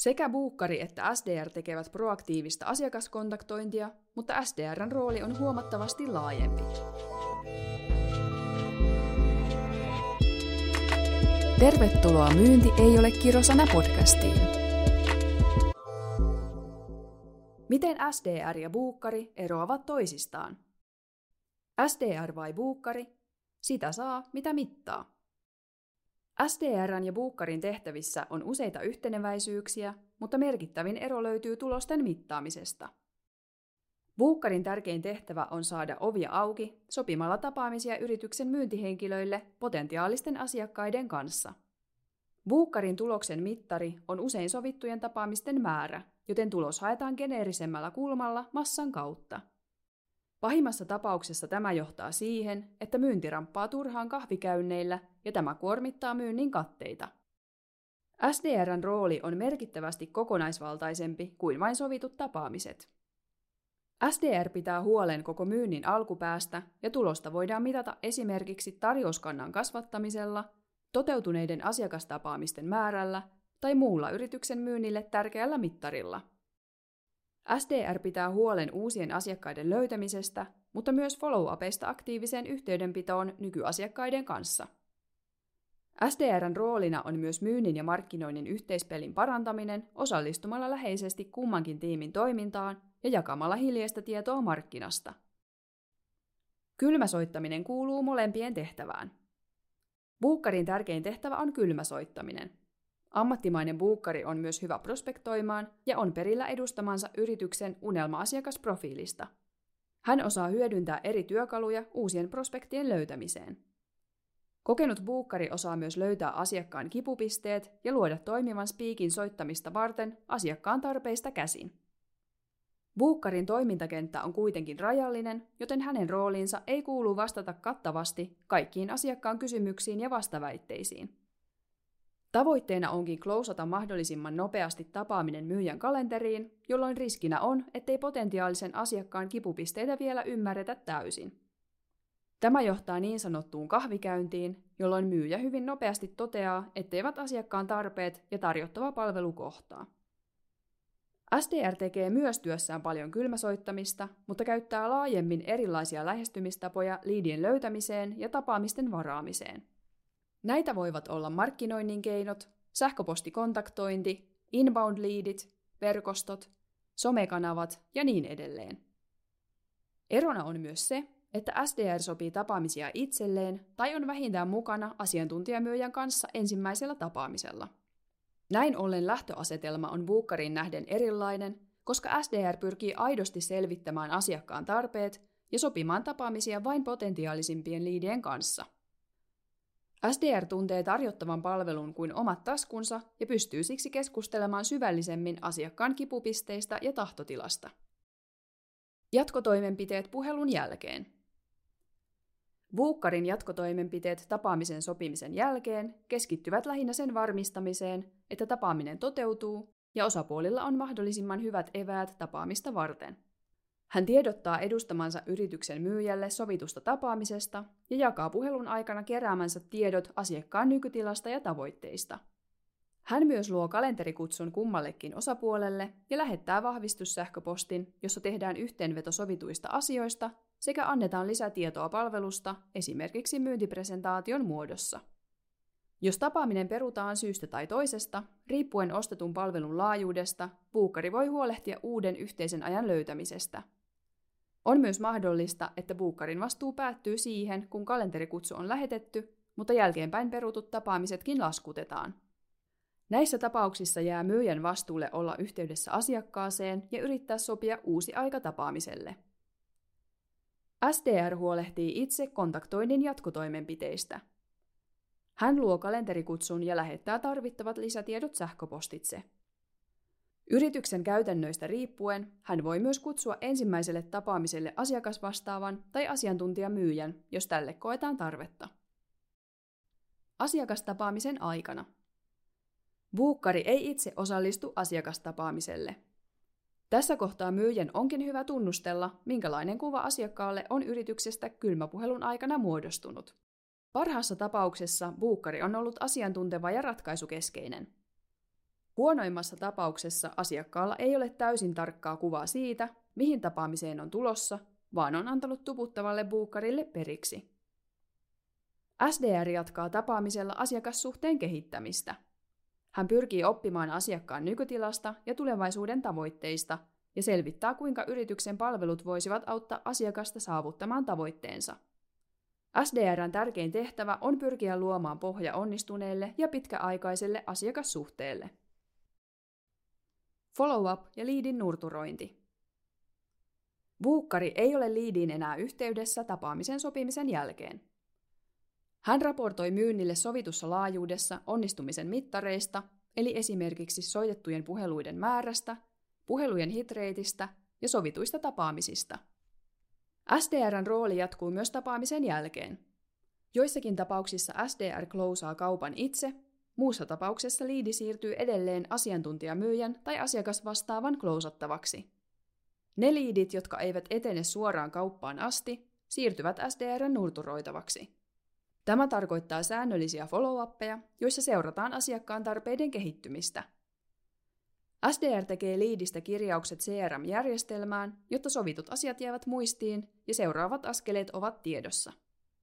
Sekä Buukkari että SDR tekevät proaktiivista asiakaskontaktointia, mutta SDR:n rooli on huomattavasti laajempi. Tervetuloa Myynti ei ole kirosana podcastiin. Miten SDR ja Buukkari eroavat toisistaan? SDR vai Buukkari? Sitä saa, mitä mittaa. SDR:n ja Buukkarin tehtävissä on useita yhteneväisyyksiä, mutta merkittävin ero löytyy tulosten mittaamisesta. Buukkarin tärkein tehtävä on saada ovia auki sopimalla tapaamisia yrityksen myyntihenkilöille potentiaalisten asiakkaiden kanssa. Buukkarin tuloksen mittari on usein sovittujen tapaamisten määrä, joten tulos haetaan geneerisemmällä kulmalla massan kautta. Pahimmassa tapauksessa tämä johtaa siihen, että myynti ramppaa turhaan kahvikäynneillä ja tämä kuormittaa myynnin katteita. SDR:n rooli on merkittävästi kokonaisvaltaisempi kuin vain sovitut tapaamiset. SDR pitää huolen koko myynnin alkupäästä ja tulosta voidaan mitata esimerkiksi tarjouskannan kasvattamisella, toteutuneiden asiakastapaamisten määrällä tai muulla yrityksen myynnille tärkeällä mittarilla. SDR pitää huolen uusien asiakkaiden löytämisestä, mutta myös follow-upeista aktiiviseen yhteydenpitoon nykyasiakkaiden kanssa. SDR:n roolina on myös myynnin ja markkinoinnin yhteispelin parantaminen osallistumalla läheisesti kummankin tiimin toimintaan ja jakamalla hiljaista tietoa markkinasta. Kylmäsoittaminen kuuluu molempien tehtävään. Buukkarin tärkein tehtävä on kylmäsoittaminen. Ammattimainen buukkari on myös hyvä prospektoimaan ja on perillä edustamansa yrityksen unelma-asiakasprofiilista. Hän osaa hyödyntää eri työkaluja uusien prospektien löytämiseen. Kokenut buukkari osaa myös löytää asiakkaan kipupisteet ja luoda toimivan spiikin soittamista varten asiakkaan tarpeista käsin. Buukkarin toimintakenttä on kuitenkin rajallinen, joten hänen rooliinsa ei kuulu vastata kattavasti kaikkiin asiakkaan kysymyksiin ja vastaväitteisiin. Tavoitteena onkin klousata mahdollisimman nopeasti tapaaminen myyjän kalenteriin, jolloin riskinä on, ettei potentiaalisen asiakkaan kipupisteitä vielä ymmärretä täysin. Tämä johtaa niin sanottuun kahvikäyntiin, jolloin myyjä hyvin nopeasti toteaa, etteivät asiakkaan tarpeet ja tarjottava palvelu kohtaa. SDR tekee myös työssään paljon kylmäsoittamista, mutta käyttää laajemmin erilaisia lähestymistapoja liidien löytämiseen ja tapaamisten varaamiseen. Näitä voivat olla markkinoinnin keinot, sähköpostikontaktointi, inbound-liidit, verkostot, somekanavat ja niin edelleen. Erona on myös se, että SDR sopii tapaamisia itselleen tai on vähintään mukana asiantuntijamyyjän kanssa ensimmäisellä tapaamisella. Näin ollen lähtöasetelma on buukkariin nähden erilainen, koska SDR pyrkii aidosti selvittämään asiakkaan tarpeet ja sopimaan tapaamisia vain potentiaalisimpien liidien kanssa. SDR tuntee tarjottavan palvelun kuin omat taskunsa ja pystyy siksi keskustelemaan syvällisemmin asiakkaan kipupisteistä ja tahtotilasta. Jatkotoimenpiteet puhelun jälkeen. Buukkarin jatkotoimenpiteet tapaamisen sopimisen jälkeen keskittyvät lähinnä sen varmistamiseen, että tapaaminen toteutuu ja osapuolilla on mahdollisimman hyvät eväät tapaamista varten. Hän tiedottaa edustamansa yrityksen myyjälle sovitusta tapaamisesta ja jakaa puhelun aikana keräämänsä tiedot asiakkaan nykytilasta ja tavoitteista. Hän myös luo kalenterikutsun kummallekin osapuolelle ja lähettää vahvistussähköpostin, jossa tehdään yhteenveto sovituista asioista sekä annetaan lisätietoa palvelusta esimerkiksi myyntipresentaation muodossa. Jos tapaaminen perutaan syystä tai toisesta, riippuen ostetun palvelun laajuudesta, buukkari voi huolehtia uuden yhteisen ajan löytämisestä. On myös mahdollista, että buukkarin vastuu päättyy siihen, kun kalenterikutsu on lähetetty, mutta jälkeenpäin perutut tapaamisetkin laskutetaan. Näissä tapauksissa jää myyjän vastuulle olla yhteydessä asiakkaaseen ja yrittää sopia uusi aika tapaamiselle. SDR huolehtii itse kontaktoinnin jatkotoimenpiteistä. Hän luo kalenterikutsun ja lähettää tarvittavat lisätiedot sähköpostitse. Yrityksen käytännöistä riippuen hän voi myös kutsua ensimmäiselle tapaamiselle asiakasvastaavan tai asiantuntijamyyjän, jos tälle koetaan tarvetta. Asiakastapaamisen aikana. Buukkari ei itse osallistu asiakastapaamiselle. Tässä kohtaa myyjän onkin hyvä tunnustella, minkälainen kuva asiakkaalle on yrityksestä kylmäpuhelun aikana muodostunut. Parhaassa tapauksessa buukkari on ollut asiantunteva ja ratkaisukeskeinen. Huonoimmassa tapauksessa asiakkaalla ei ole täysin tarkkaa kuvaa siitä, mihin tapaamiseen on tulossa, vaan on antanut tuputtavalle buukkarille periksi. SDR jatkaa tapaamisella asiakassuhteen kehittämistä. Hän pyrkii oppimaan asiakkaan nykytilasta ja tulevaisuuden tavoitteista ja selvittää, kuinka yrityksen palvelut voisivat auttaa asiakasta saavuttamaan tavoitteensa. SDR:n tärkein tehtävä on pyrkiä luomaan pohja onnistuneelle ja pitkäaikaiselle asiakassuhteelle. Follow-up ja liidin nurturointi. Buukkari ei ole liidiin enää yhteydessä tapaamisen sopimisen jälkeen. Hän raportoi myynnille sovitussa laajuudessa onnistumisen mittareista, eli esimerkiksi soitettujen puheluiden määrästä, puhelujen hitrateista ja sovituista tapaamisista. SDR:n rooli jatkuu myös tapaamisen jälkeen. Joissakin tapauksissa SDR closaa kaupan itse, muussa tapauksessa liidi siirtyy edelleen asiantuntijamyyjän tai asiakasvastaavan closattavaksi. Ne liidit, jotka eivät etene suoraan kauppaan asti, siirtyvät SDR:n nurturoitavaksi. Tämä tarkoittaa säännöllisiä follow-uppeja, joissa seurataan asiakkaan tarpeiden kehittymistä. SDR tekee liidistä kirjaukset CRM-järjestelmään, jotta sovitut asiat jäävät muistiin ja seuraavat askeleet ovat tiedossa.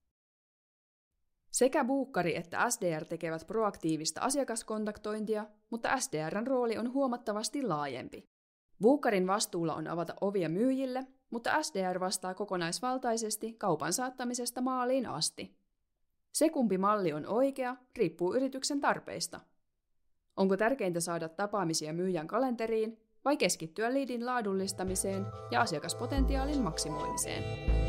Sekä buukkari että SDR tekevät proaktiivista asiakaskontaktointia, mutta SDR:n rooli on huomattavasti laajempi. Buukkarin vastuulla on avata ovia myyjille, mutta SDR vastaa kokonaisvaltaisesti kaupan saattamisesta maaliin asti. Se, kumpi malli on oikea, riippuu yrityksen tarpeista. Onko tärkeintä saada tapaamisia myyjän kalenteriin vai keskittyä liidin laadullistamiseen ja asiakaspotentiaalin maksimoimiseen?